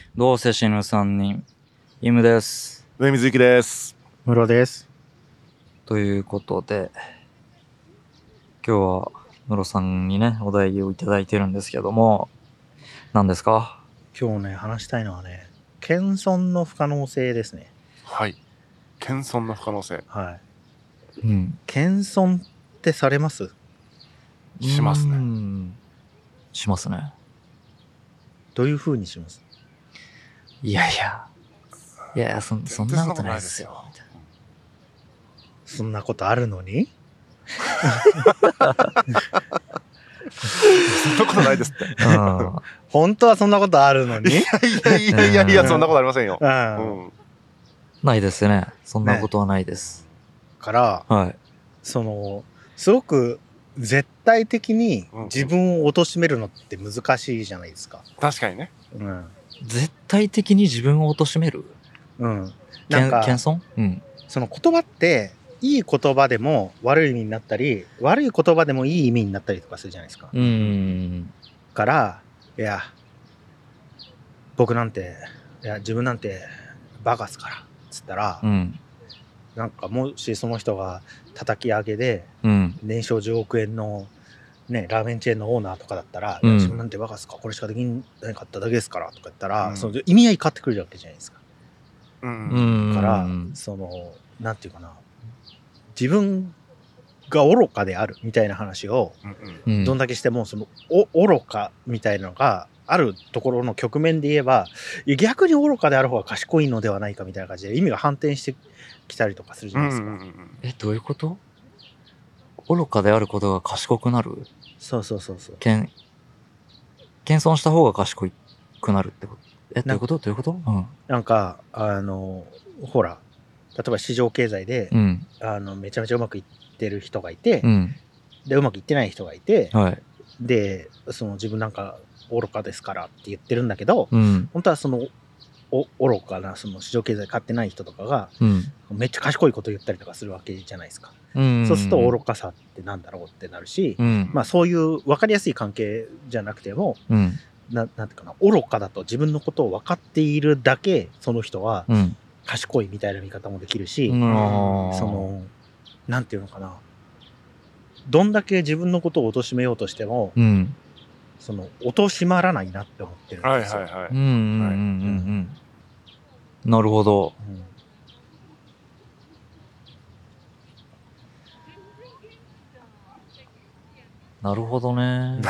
どうせ死ぬ3人、イムです。 上水幸です。 室です。 ということで、今日は室さんにね、お題をいただいてるんですけども、何ですか？ 今日ね、話したいのはね、謙遜の不可能性ですね。 はい。謙遜の不可能性。 はい。 うん。 謙遜ってされます？ しますね。 しますね。 どういう風にします？ いや、そんなことないですよ。 そんなことあるのにそんなことないですって。 本当はそんなことあるのにいや、そんなことありませんよ。 ないですね。そんなことはないです。 ね、から、はい。すごく絶対的に自分を貶めるのって難しいじゃないですか。 確かにね。 絶対的に自分を貶める？なんか謙遜？ その言葉っていい言葉でも悪い意味になったり、悪い言葉でもいい意味になったりとかするじゃないですか。から、いや、僕なんて、自分なんてバカっすからっつったら、なんかもしその人が叩き上げで、年商10億円のね、ラーメンチェーンのオーナーとかだったら、自分なんてバカっすか、これしかできなかっただけですからとか言ったら、その意味合い変わってくるわけじゃないですか。から、なんていうかな、自分が愚かであるみたいな話をどんだけしても、その愚かみたいなのがあるところの局面で言えば、逆に愚かである方が賢いのではないかみたいな感じで意味が反転してきたりとかするじゃないですか。 どういうこと？愚かであることが賢くなる？ そう。 謙遜した方が賢くなるってこと？どういうこと？どういうこと？ なんかほら、例えば市場経済で、めちゃめちゃうまくいってる人がいて、でうまくいってない人がいて、でその自分なんか愚かですからって言ってるんだけど、本当はその愚かなその市場経済買ってない人とかが、めっちゃ賢いこと言ったりとかするわけじゃないですか。そうすると愚かさってなんだろうってなるし、まあそういう分かりやすい関係じゃなくても、なんていうかな、愚かだと自分のことを分かっているだけその人は賢いみたいな見方もできるし、なんていうのかな、どんだけ自分のことを貶めようとしても、その貶まらないなって思ってるんですよ。 なるほど。なるほどね。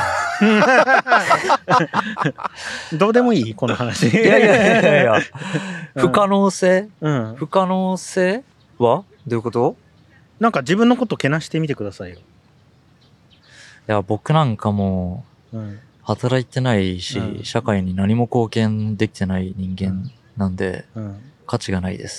どうでもいいこの話。いや。不可能性？不可能性はどういうこと？ なんか自分のことけなしてみてくださいよ。いや、僕なんかも働いてないし、社会に何も貢献できてない人間なんで、価値がないです。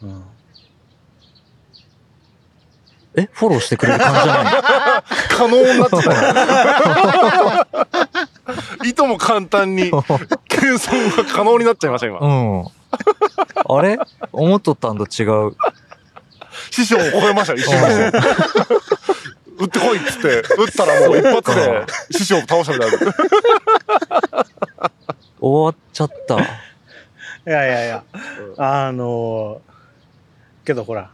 フォローしてくれる感じじゃない？ 可能になってた。いとも簡単に謙遜が可能になっちゃいました今。 あれ？思っとったんと違う。 師匠を超えました一瞬で。撃ってこいっつって撃ったらもう一発で師匠を倒したみたいな。 終わっちゃった。 いやけどほら、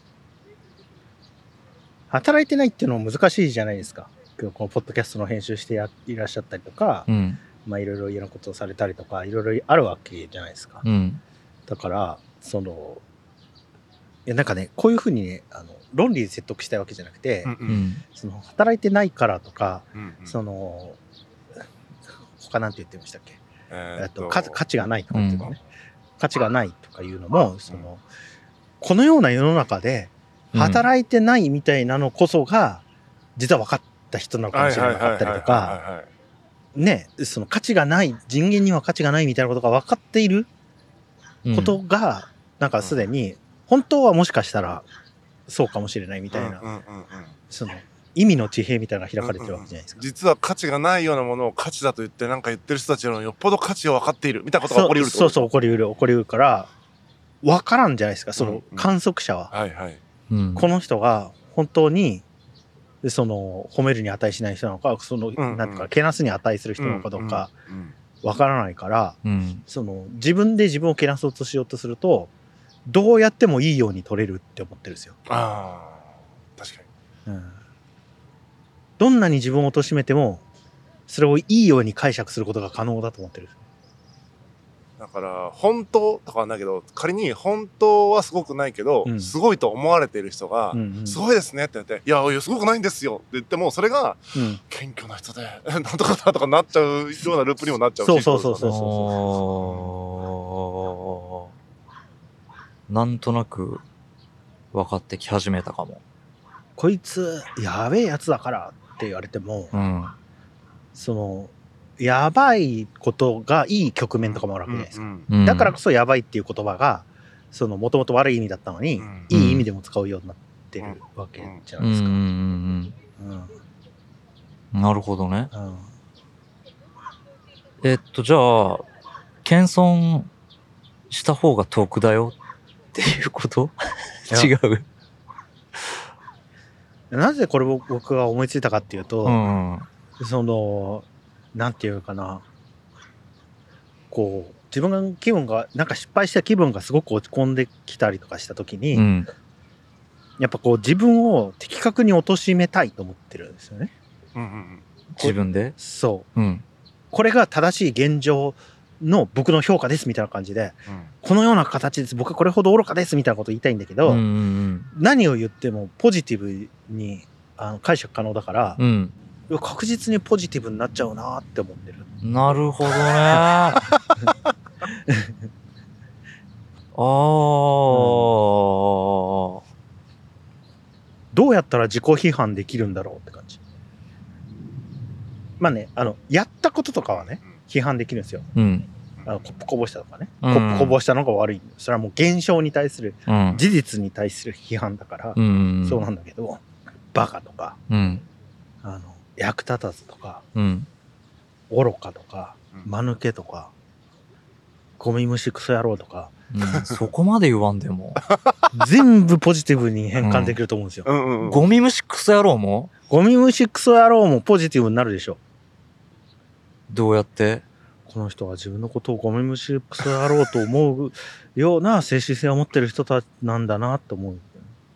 働いてないっていうのも難しいじゃないですか。このポッドキャストの編集していらっしゃったりとか、まあいろいろ嫌なことをされたりとかいろいろあるわけじゃないですか。だからなんかね、こういうふうにね、論理で説得したいわけじゃなくて、その働いてないからとか、他なんて言ってましたっけ、価値がないとかっていうのね、価値がないとかいうのも、このような世の中で働いてないみたいなのこそが実は分かった人なのかもしれなかったりとかね、その価値がない、人間には価値がないみたいなことが分かっていることが、なんかすでに本当はもしかしたらそうかもしれないみたいな、その意味の地平みたいなのが開かれてるわけじゃないですか。 実は価値がないようなものを価値だと言ってなんか言ってる人たちのよっぽど価値を分かっているみたいなことが起こりうるってことですか？ そう起こりうるから分からんじゃないですか、その観測者は。この人が本当に褒めるに値しない人なのか、なんていうかけなすに値する人なのかどうかわからないから、 うん、 その自分で自分をけなそうとしようとするとどうやってもいいように取れるって思ってるんですよ。 ああ、確かに。 どんなに自分を貶めてもそれをいいように解釈することが可能だと思ってる。 だから本当とかはないけど、仮に本当はすごくないけど、すごいと思われている人が、すごいですねって言って、いやすごくないんですよって言っても、それが、謙虚な人でなんとかだとかなっちゃうようなループにもなっちゃうし。 そうなんとなく分かってき始めたかも。 こいつやべえやつだからって言われても、そのやばいことがいい局面とかもあるわけじゃないですか。だからこそやばいっていう言葉がそのもともと悪い意味だったのに、いい意味でも使うようになってるわけじゃないですか。 なるほどね。じゃあ謙遜した方が得だよっていうこと違う。 なぜこれを僕が思いついたかっていうと、そのなんていうかな、こう自分が気分がなんか失敗した気分がすごく落ち込んできたりとかした時に、やっぱこう自分を的確に貶めたいと思ってるんですよね。 自分で？ そう、これが正しい現状の僕の評価ですみたいな感じで、このような形です、僕はこれほど愚かですみたいなことを言いたいんだけど、何を言ってもポジティブに解釈可能だから、確実にポジティブになっちゃうなって思ってる。 なるほどね。ああ、 どうやったら自己批判できるんだろうって感じ。まあね、やったこととかはね批判できるんですよ。コップこぼしたとかね、コップこぼしたのが悪い、それはもう現象に対する、事実に対する批判だから、そうなんだけど、バカとか、役立たずとか、愚かとか、間抜けとか、ゴミ虫クソ野郎とか、 そこまで言わんでも全部ポジティブに変換できると思うんですよ。 ゴミ虫クソ野郎も？ ゴミ虫クソ野郎もポジティブになるでしょ。 どうやって？ この人は自分のことをゴミ虫クソ野郎と思うような精神性を持ってる人なんだなと思う。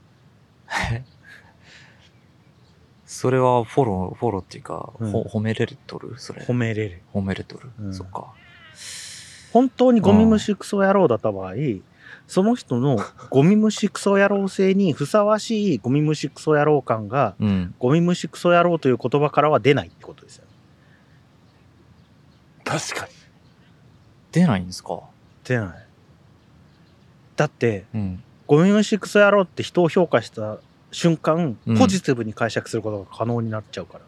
それはフォローっていうか、褒めれとる？それ。 褒めれとる。そっか。 本当にゴミ虫クソ野郎だった場合、その人のゴミ虫クソ野郎性にふさわしいゴミ虫クソ野郎感が、ゴミ虫クソ野郎という言葉からは出ないってことですよ。 確かに。 出ないんですか？ 出ない。だって、ゴミ虫クソ野郎って人を評価した瞬間、ポジティブに解釈することが可能になっちゃうから。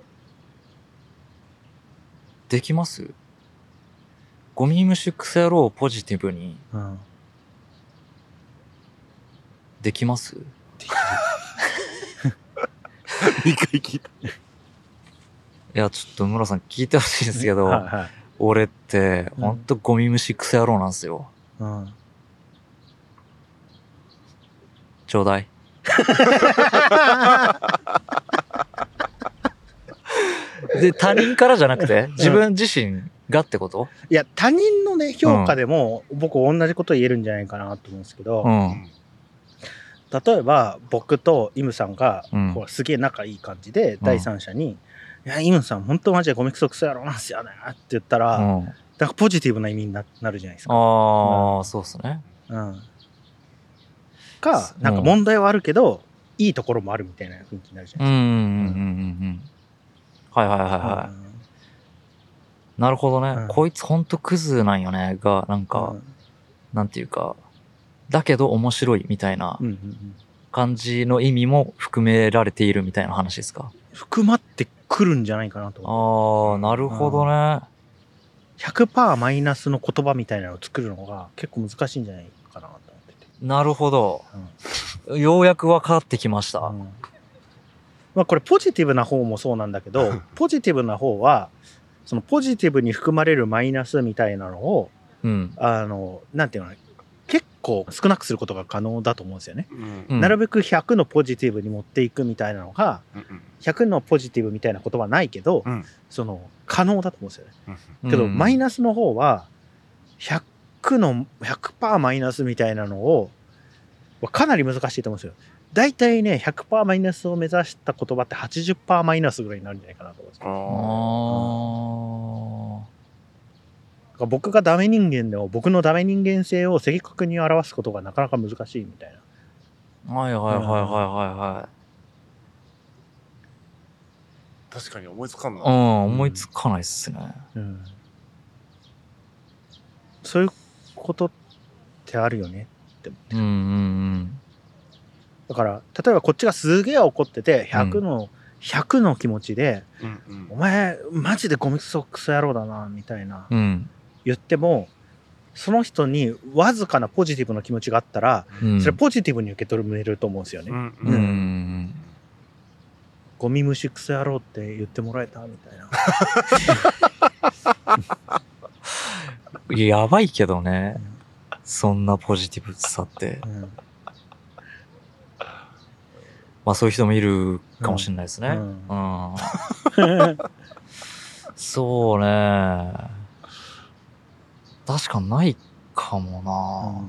できます？ゴミ虫クソ野郎をポジティブに、できます？できる。 2回聞いた。 いや、ちょっと村さん聞いてほしいんですけど、俺ってほんとゴミ虫クソ野郎なんですよ。ちょうだい。で、他人からじゃなくて自分自身がってこと？ いや、他人のね評価でも僕同じこと言えるんじゃないかなと思うんですけど、例えば僕とイムさんが、すげえ仲いい感じで第三者に、いやイムさん本当マジでゴミクソクソ野郎なんすよねって言ったら、だからポジティブな意味になるじゃないですか。 そうっすね。 か、なんか問題はあるけど、いいところもあるみたいな雰囲気になるじゃないですか。 はい。なるほどね。こいつほんとクズなんよねが、なんか、なんていうか、だけど面白いみたいな感じの意味も含められているみたいな話ですか？ 含まってくるんじゃないかなと思って。なるほどね。 100% マイナスの言葉みたいなのを作るのが結構難しいんじゃないかなと思ってて。 なるほど。ようやく分かってきました。 まあこれポジティブな方もそうなんだけど、ポジティブな方はそのポジティブに含まれるマイナスみたいなのを、なんていうの、結構少なくすることが可能だと思うんですよね。なるべく100のポジティブに持っていくみたいなのが、100のポジティブみたいなことはないけど、その可能だと思うんですよね。けどマイナスの方は100の 100% マイナスみたいなのをかなり難しいと思うんですよ。だいたいね 100% マイナスを目指した言葉って 80% マイナスぐらいになるんじゃないかなと思うんですよ。僕がダメ人間でも僕のダメ人間性を正確に表すことがなかなか難しいみたいな。 はいはいはいはいはい。 確かに思いつかんな。 思いつかないっすね。 そういうことってあるよねって思って。だから例えばこっちがすげえ怒ってて100の気持ちで、お前マジでゴミクソ野郎だなみたいな、言ってもその人にわずかなポジティブな気持ちがあったら、それポジティブに受け取れると思うんですよね。ゴミ虫クソ野郎って言ってもらえたみたいな。やばいけどね、そんなポジティブさって。まあそういう人もいるかもしれないですね。そうね。確かにないかも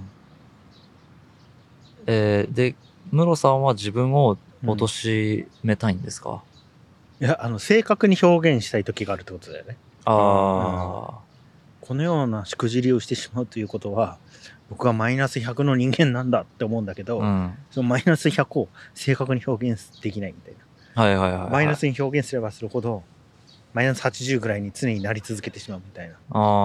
な。で、ムロさんは自分を貶めたいんですか？ いや、正確に表現したい時があるってことだよね。このようなしくじりをしてしまうということは、僕はマイナス100の人間なんだって思うんだけど、そのマイナス100を正確に表現できないみたいな。マイナスに表現すればするほど、マイナス80ぐらいに常になり続けてしまうみたいな。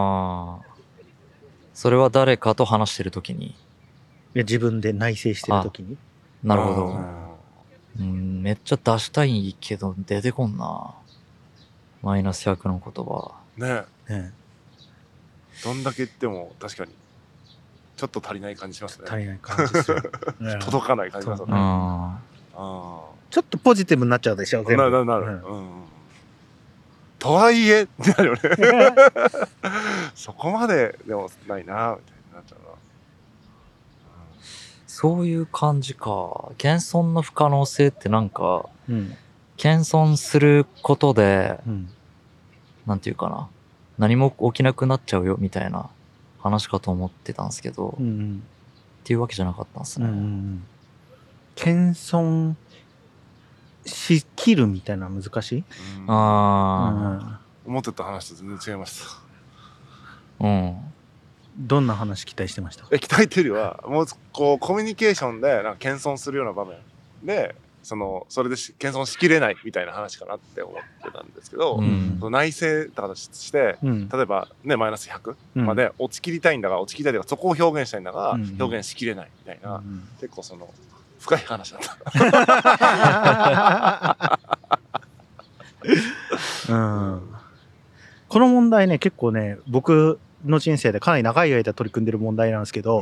それは誰かと話してるときに？いや、自分で内省してるときに。 なるほど。めっちゃ出したいけど出てこんな。マイナス100の言葉。 ねえ。どんだけ言っても確かにちょっと足りない感じしますね。 足りない感じですよ。 届かない感じしますね。ちょっとポジティブになっちゃうでしょ。 なる。とはいえってなるよね。そこまででもないなみたいになっちゃうな。 そういう感じか。謙遜の不可能性ってなんか、謙遜することで、なんていうかな、何も起きなくなっちゃうよみたいな話かと思ってたんですけど、っていうわけじゃなかったんですね。 謙遜しきるみたいなの難しい？ 思ってた話と全然違いました。 どんな話期待してました？ 期待っていうよりはもうこうコミュニケーションでなんか謙遜するような場面でそれで謙遜しきれないみたいな話かなって思ってたんですけど、内省とかして、例えばねマイナス100まで落ちきりたいんだが落ちきりたいとかそこを表現したいんだが、表現しきれないみたいな、結構深い話だった。 この問題ね結構ね僕の人生でかなり長い間取り組んでる問題なんですけど、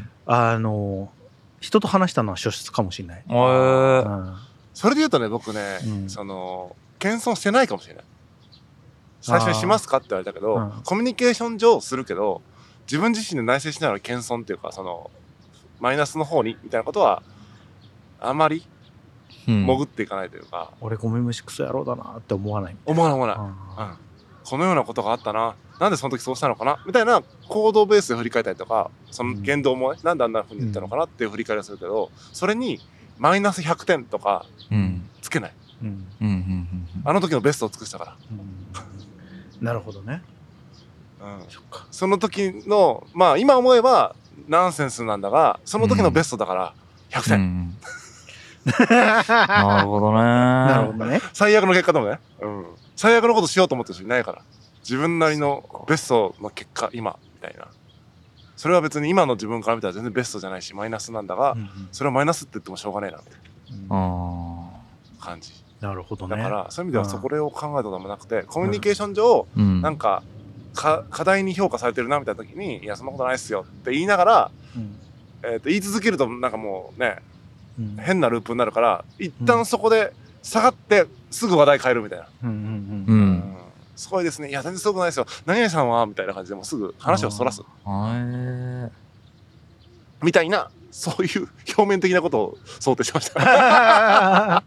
人と話したのは初出かもしれない。 それで言うとね僕ね、謙遜してないかもしれない。最初にしますかって言われたけど、コミュニケーション上するけど自分自身で内省しながら謙遜っていうかマイナスの方にみたいなことはあまり潜っていかないというか、 俺ゴミ虫クソ野郎だなって思わない。 思わない。このようなことがあったな、なんでその時そうしたのかなみたいな行動ベースで振り返ったりとか、その言動もね、なんであんな風に言ったのかなっていう振り返りをするけど、それにマイナス100点とかつけない。あの時のベストを尽くしたから。 なるほどね。 その時のまあ今思えばナンセンスなんだが、その時のベストだから100点。 なるほどね。 なるほどね。 最悪の結果でもね、最悪のことしようと思ってる人いないから、自分なりのベストの結果今みたいな。それは別に今の自分から見たら全然ベストじゃないしマイナスなんだが、それはマイナスって言ってもしょうがないなみたいな感じ。 なるほどね。 だからそういう意味ではそこを考えたこともなくて、コミュニケーション上なんか課題に評価されてるなみたいな時に、いやそんなことないっすよって言いながら、言い続けるとなんかもうね、変なループになるから、一旦そこで下がってすぐ話題変えるみたいな。すごいですね、いや全然すごくないですよ、何々さんはみたいな感じでもうすぐ話をそらす。 みたいな、そういう表面的なことを想定しました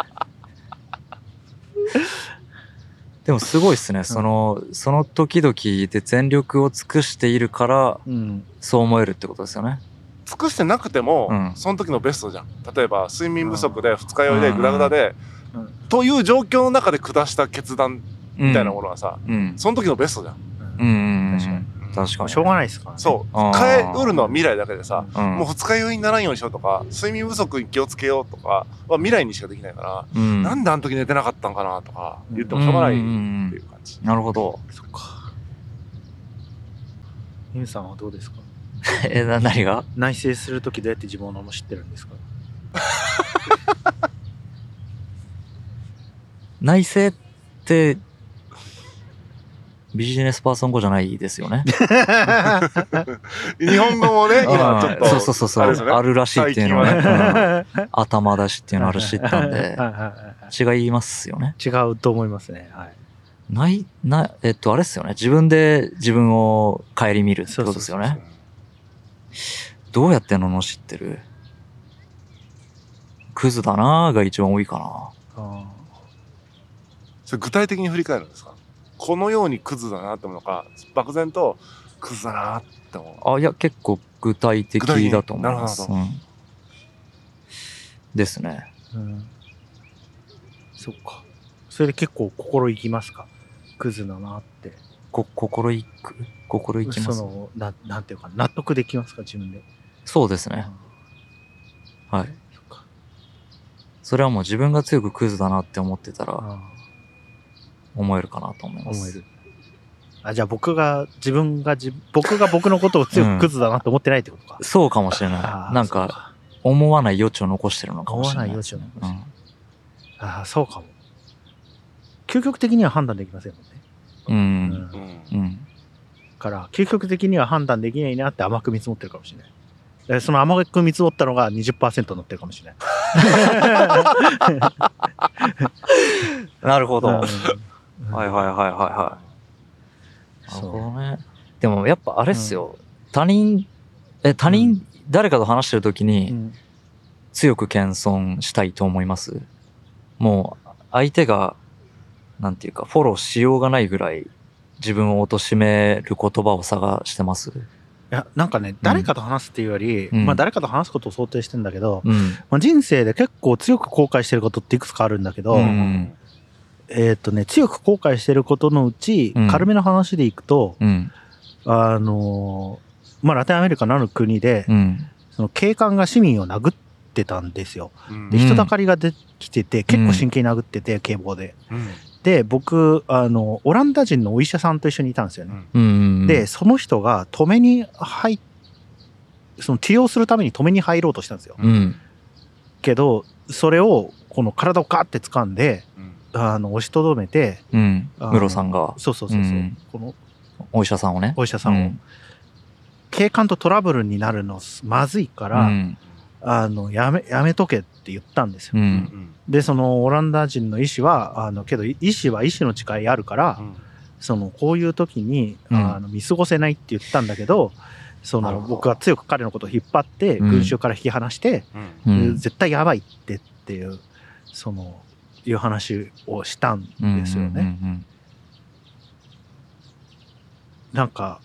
でもすごいっすね、その時々で全力を尽くしているから、そう思えるってことですよね。 尽くしてなくても、その時のベストじゃん。例えば睡眠不足で二日酔いでグダグダで、という状況の中で下した決断みたいなものはさ、その時のベストじゃん。 確かにしょうがないですからね。 そう変えうるのは未来だけでさ、もう二日酔いにならんようにしようとか睡眠不足に気をつけようとかは未来にしかできないから、なんであの時寝てなかったんかなとか言ってもしょうがないっていう感じ。 なるほど。 そっか。ゆうさんはどうですか？ 何が？ 内省する時どうやって自分を罵ってるんですか？ 内省ってビジネスパーソン語じゃないですよね。 日本語もね、今ちょっとそう、あるらしいっていうのね、頭出しっていうのあるしったんで違いますよね。 違うと思いますね。はい。 あれですよね。自分で自分を顧みるってことですよね。どうやって罵ってる？クズだなーが一番多いかな。 それ具体的に振り返るんですか？このようにクズだなって思うのか、漠然とクズだなって思う。 いや結構具体的だと思います。ですね。 そっか。それで結構心いきますか？クズだなって。 心いきます。 なんていうか納得できますか自分で？ そうですね。はい。それはもう自分が強くクズだなって思ってたら思えるかなと思います。 じゃあ僕が僕のことを強くクズだなって思ってないってことか。 そうかもしれない。なんか思わない余地を残してるのかもしれない。 思わない余地を残してる。そうかも。究極的には判断できませんもんね。から究極的には判断できないなって甘く見積もってるかもしれない。その甘く見積もったのが 20% 乗ってるかもしれない。 なるほど。はい。なるほどね。でもやっぱあれっすよ。他人誰かと話してる時に強く謙遜したいと思います。もう相手がなんていうかフォローしようがないぐらい自分を貶める言葉を探してます。 いやなんかね、誰かと話すっていうより、誰かと話すことを想定してんだけど、人生で結構強く後悔してることっていくつかあるんだけど、強く後悔してることのうち、軽めの話でいくと、ラテンアメリカのある国で、その警官が市民を殴ってたんですよ。で人だかりができてて結構真剣に殴ってて、警棒で。で僕オランダ人のお医者さんと一緒にいたんですよね。でその人がその治療するために止めに入ろうとしたんですよ。けどそれをこの体をガーって掴んで押しとどめて、 室さんがそうこのお医者さんを警官とトラブルになるのまずいから、やめとけって言ったんですよ。でそのオランダ人の医師はけど医師は医師の誓いあるから、こういう時に見過ごせないって言ったんだけど、僕は強く彼のことを引っ張って群衆から引き離して、絶対やばいっていういう話をしたんですよね。なんか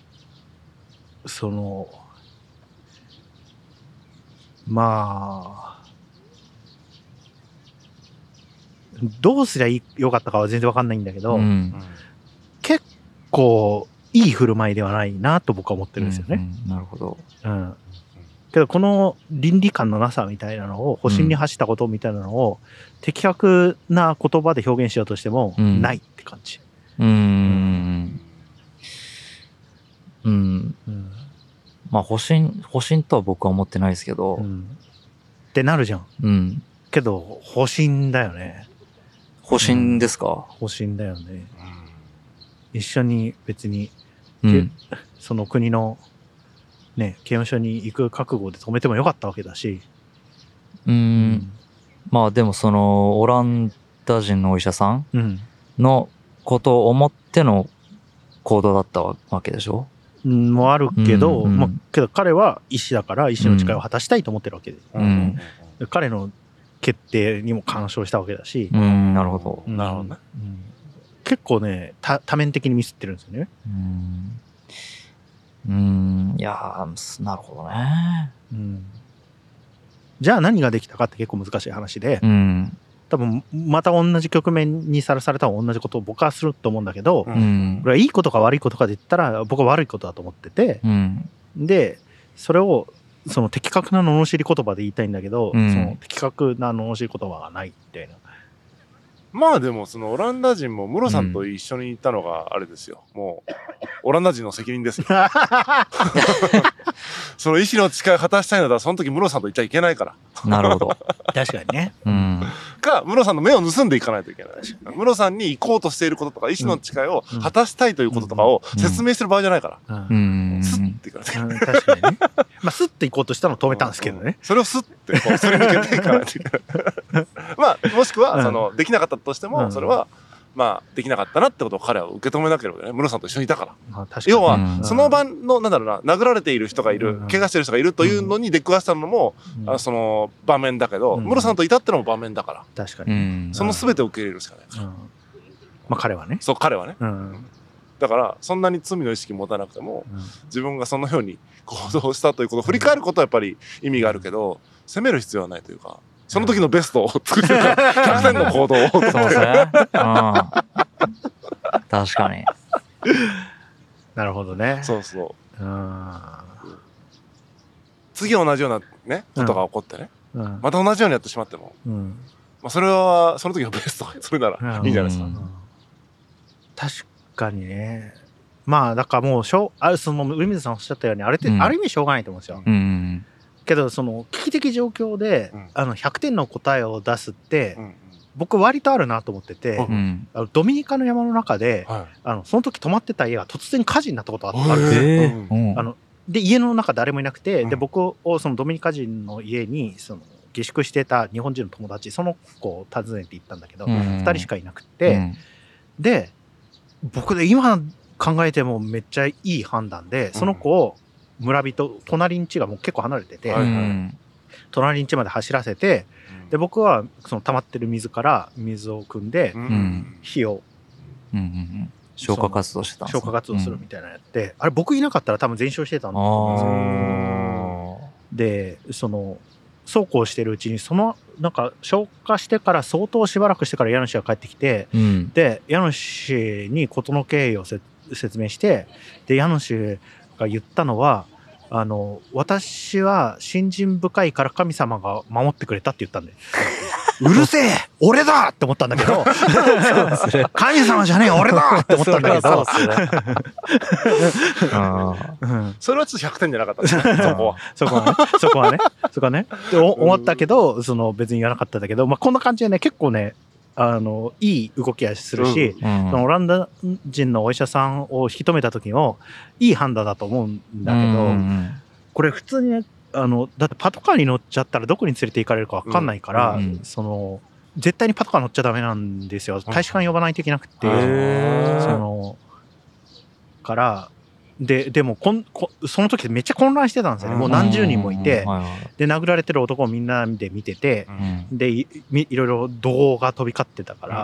どうすりゃよかったかは全然わかんないんだけど、結構いい振る舞いではないなと僕は思ってるんですよね。 なるほど。 けどこの倫理観のなさみたいなのを、保身に走ったことみたいなのを的確な言葉で表現しようとしてもないって感じ。 保身とは僕は思ってないですけど、 ってなるじゃん。けど保身だよね。 保身ですか？ 保身だよね。一緒に別に、その国のね刑務所に行く覚悟で止めてもよかったわけだし。 でもそのオランダ人のお医者さんのことを思っての行動だったわけでしょ？ もあるけど、まあ、けど彼は医師だから医師の誓いを果たしたいと思ってるわけで、彼の決定にも干渉したわけだし、 なるほど。 なるほどね。 結構ね、多面的にミスってるんですよね。 いやー、なるほどね。 じゃあ何ができたかって結構難しい話で、多分また同じ局面にさらされたら同じことを僕はすると思うんだけど、これはいいことか悪いことかで言ったら僕は悪いことだと思ってて、でそれをその的確な罵り言葉で言いたいんだけど、その的確な罵り言葉がないみたいな。 まあでもそのオランダ人もムロさんと一緒に行ったのがあれですよ。もうオランダ人の責任ですよ。その意思の誓いを果たしたいのだ、その時ムロさんと言っちゃいけないから。 なるほど。 確かにね。 かムロさんの目を盗んでいかないといけない。ムロさんに行こうとしていることとか意思の誓いを果たしたいということとかを説明してる場合じゃないから。スッていかないと。 確かにね。まあスッて行こうとしたのを止めたんですけどね。 それをスッてこうすり抜けていかないといけない。まあもしくはそのできなかったとしてもそれはまあできなかったなってことを彼は受け止めなければね。ムロさんと一緒にいたから。要はその場のなんだろうな、殴られている人がいる、怪我してる人がいるというのに出くわしたのもその場面だけど、ムロさんといたってのも場面だから。 確かに。 その全てを受け入れるしかないから。 まあ彼はね。 そう彼はね。だからそんなに罪の意識持たなくても自分がそのように行動したということを振り返ることはやっぱり意味があるけど、責める必要はないというか。その時のベストを作るから100点の行動を。 そうですね。確かに。 なるほどね。 そうそう。次同じようなねことが起こってね、また同じようにやってしまっても、まあそれはその時のベストそれならいいんじゃないですか。 確かにね。まあだからもうその上水さんおっしゃったようにある意味しょうがないと思うんですよ。けどその危機的状況で100点の答えを出すって僕割とあるなと思ってて、ドミニカの山の中でその時泊まってた家が突然火事になったことがあるんですよ。で家の中誰もいなくて、で僕をそのドミニカ人の家にその下宿してた日本人の友達、その子を訪ねて行ったんだけど2人しかいなくて、で僕で今考えてもめっちゃいい判断でその子を村人、隣ん家がもう結構離れてて、隣ん家まで走らせて、で僕はその溜まってる水から水を汲んで火を消火活動してたんです。 消火活動するみたいなのやって、あれ僕いなかったら多分全焼してたんだと思うんですよ。でそのそうこうしてるうちにそのなんか消火してから相当しばらくしてから家主が帰ってきて、で家主に事の経緯を説明して、で家主が言ったのは私は信心深いから神様が守ってくれたって言ったんでうるせえ俺だって思ったんだけど神様じゃねえ俺だって思ったんだけどそれはちょっと100点じゃなかったですね。 そこはねって思ったけど、その別に言わなかったんだけど、まあこんな感じでね結構ねいい動きはするし、そのオランダ人のお医者さんを引き止めた時もいい判断だと思うんだけど、これ普通にねだってパトカーに乗っちゃったらどこに連れて行かれるか分かんないから、その絶対にパトカー乗っちゃダメなんですよ。大使館呼ばないといけなくて、そのからでもその時めっちゃ混乱してたんですよね。もう何十人もいて、で殴られてる男をみんなで見てて、でいろいろ動画飛び交ってたから、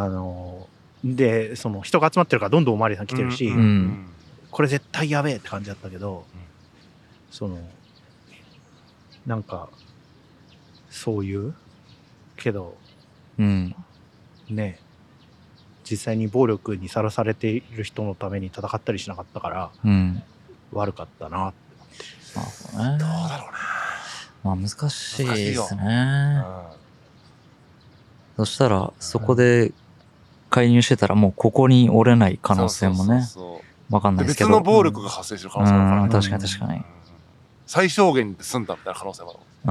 でその人が集まってるからどんどんお巡りさん来てるし、これ絶対やべえって感じだったけど、そのなんかそういうけどね、実際に暴力にさらされている人のために戦ったりしなかったから、悪かったなって思って。 どうだろうね。 まあ難しいですね。そしたらそこで介入してたらもうここに折れない可能性もね分かんないですけど、 別の暴力が発生する可能性もあるから、 確かに確かに最小限で済んだみたいな可能性も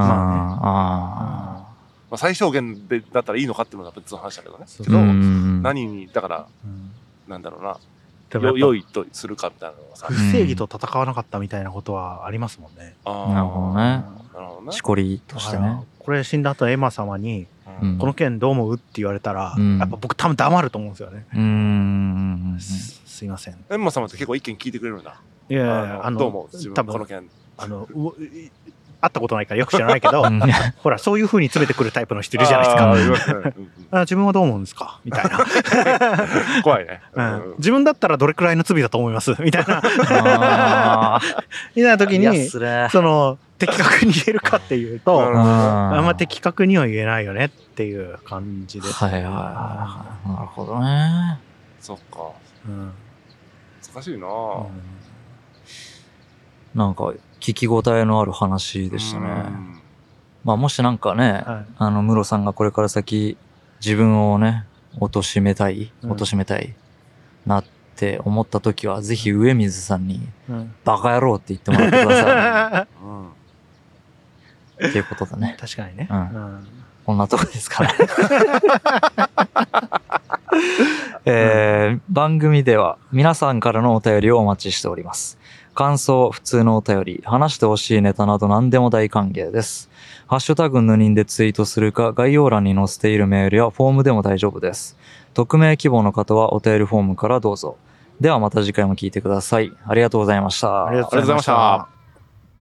ある。最小限でだったらいいのかっていうのは別の話だけどね。けど何にだからなんだろうな、良いとするかみたいなのがさ、 正義と戦わなかったみたいなことはありますもんね。 なるほどね。しこりとしてね。 これ死んだ後エマ様にこの件どう思うって言われたら、やっぱ僕多分黙ると思うんですよね。 すいません。 エンマ様って結構意見聞いてくれるんだ。 いやどう思う自分この件。 会ったことないからよく知らないけど、ほら、そういう風に詰めてくるタイプの人いるじゃないですか。自分はどう思うんですかみたいな。 怖いね。 自分だったらどれくらいの罪だと思いますみたいな。みたいな時に、その、的確に言えるかっていうと、あんま的確には言えないよねっていう感じです。 はいはいはい。なるほどね。 そっか。難しいな。 なんか、聞き応えのある話でしたね。まあもしなんかね、ムロさんがこれから先自分をね、貶めたいなって思った時は、ぜひ上水さんに、バカ野郎って言ってもらってください。っていうことだね。 確かにね。 こんなとこですかね。番組では皆さんからのお便りをお待ちしております。感想、普通のお便り、話してほしいネタなど何でも大歓迎です。ハッシュタグぬにんでツイートするか、概要欄に載せているメールやフォームでも大丈夫です。匿名希望の方はお便りフォームからどうぞ。ではまた次回も聞いてください。ありがとうございました。 ありがとうございました。